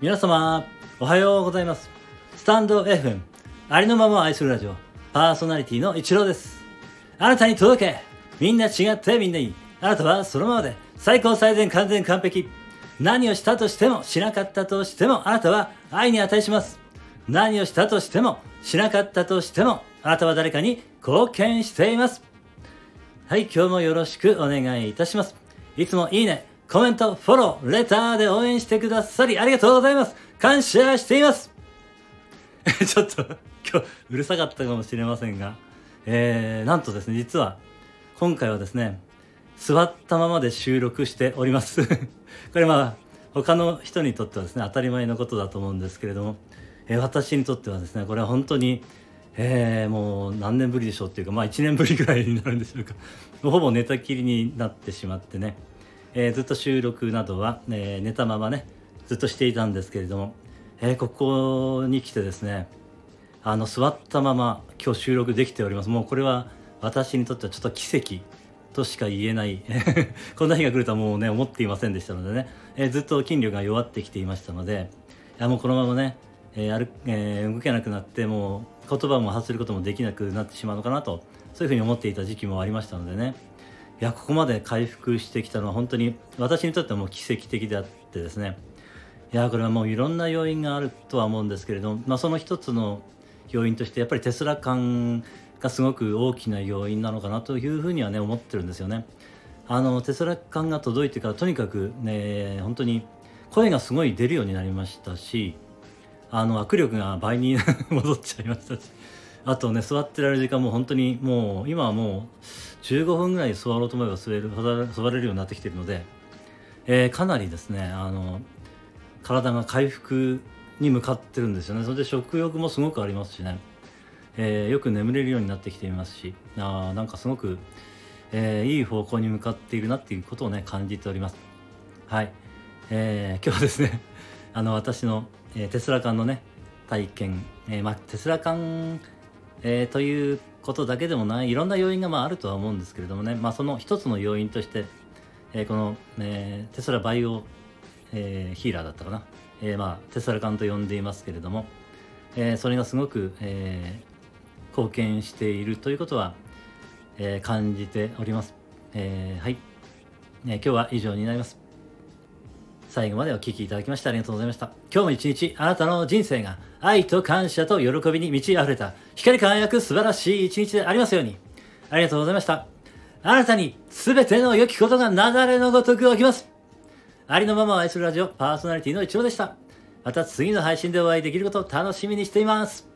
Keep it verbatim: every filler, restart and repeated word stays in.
皆様おはようございます。スタンド エフエム ありのままを愛するラジオパーソナリティの一郎です。あなたに届け、みんな違ってみんないい。あなたはそのままで最高最善完全完璧。何をしたとしてもしなかったとしてもあなたは愛に値します。何をしたとしてもしなかったとしてもあなたは誰かに貢献しています。はい、今日もよろしくお願いいたします。いつもいいね、コメント、フォロー、レターで応援してくださりありがとうございます。感謝しています。ちょっと今日うるさかったかもしれませんが、えー、なんとですね、実は今回はですね、座ったままで収録しております。これまあ他の人にとってはですね、当たり前のことだと思うんですけれども、えー、私にとってはですね、これは本当に、えー、もう何年ぶりでしょうっていうか、まあいちねんぶりぐらいになるんでしょうか。もうほぼ寝たきりになってしまってね、えー、ずっと収録などは、えー、寝たままねずっとしていたんですけれども、えー、ここに来てですね、あの座ったまま今日収録できております。もうこれは私にとってはちょっと奇跡としか言えないこんな日が来るとはもうね思っていませんでしたのでね、えー、ずっと筋力が弱ってきていましたので、いやもうこのままね、えー歩えー、動けなくなってもう言葉も発することもできなくなってしまうのかなと、そういうふうに思っていた時期もありましたのでね、いやここまで回復してきたのは本当に私にとってはもう奇跡的であってですね、いやこれはもういろんな要因があるとは思うんですけれども、まあ、その一つの要因としてやっぱりテスラ感がすごく大きな要因なのかなというふうにはね思ってるんですよね。あのテスラ感が届いてからとにかくね本当に声がすごい出るようになりましたし、あの握力が倍に戻っちゃいましたし、あとね座ってられる時間も本当にもう今はもうじゅうごふんぐらい座ろうと思えば座れる座れるようになってきているので、えー、かなりですねあの体が回復に向かってるんですよね。それで食欲もすごくありますしね、えー、よく眠れるようになってきていますし、あなんかすごく、えー、いい方向に向かっているなっていうことをね感じております。はい、えー、今日はですねあの私の、えー、テスラ缶のね体験、えーまあ、テスラ缶、えー、ということだけでもないいろんな要因がまああるとは思うんですけれどもね、まあ、その一つの要因として、えー、この、えー、テスラバイオ、えー、ヒーラーだったかな、えーまあ、テスラ缶と呼んでいますけれども、えー、それがすごく、えー、貢献しているということは、えー、感じております。えー、はい、えー、今日は以上になります。最後までお聞きいただきましてありがとうございました。今日も一日あなたの人生が愛と感謝と喜びに満ち溢れた光り輝く素晴らしい一日でありますように。ありがとうございました。あなたに全ての良きことが雪崩のごとく起きます。ありのままを愛するラジオパーソナリティの一郎でした。また次の配信でお会いできることを楽しみにしています。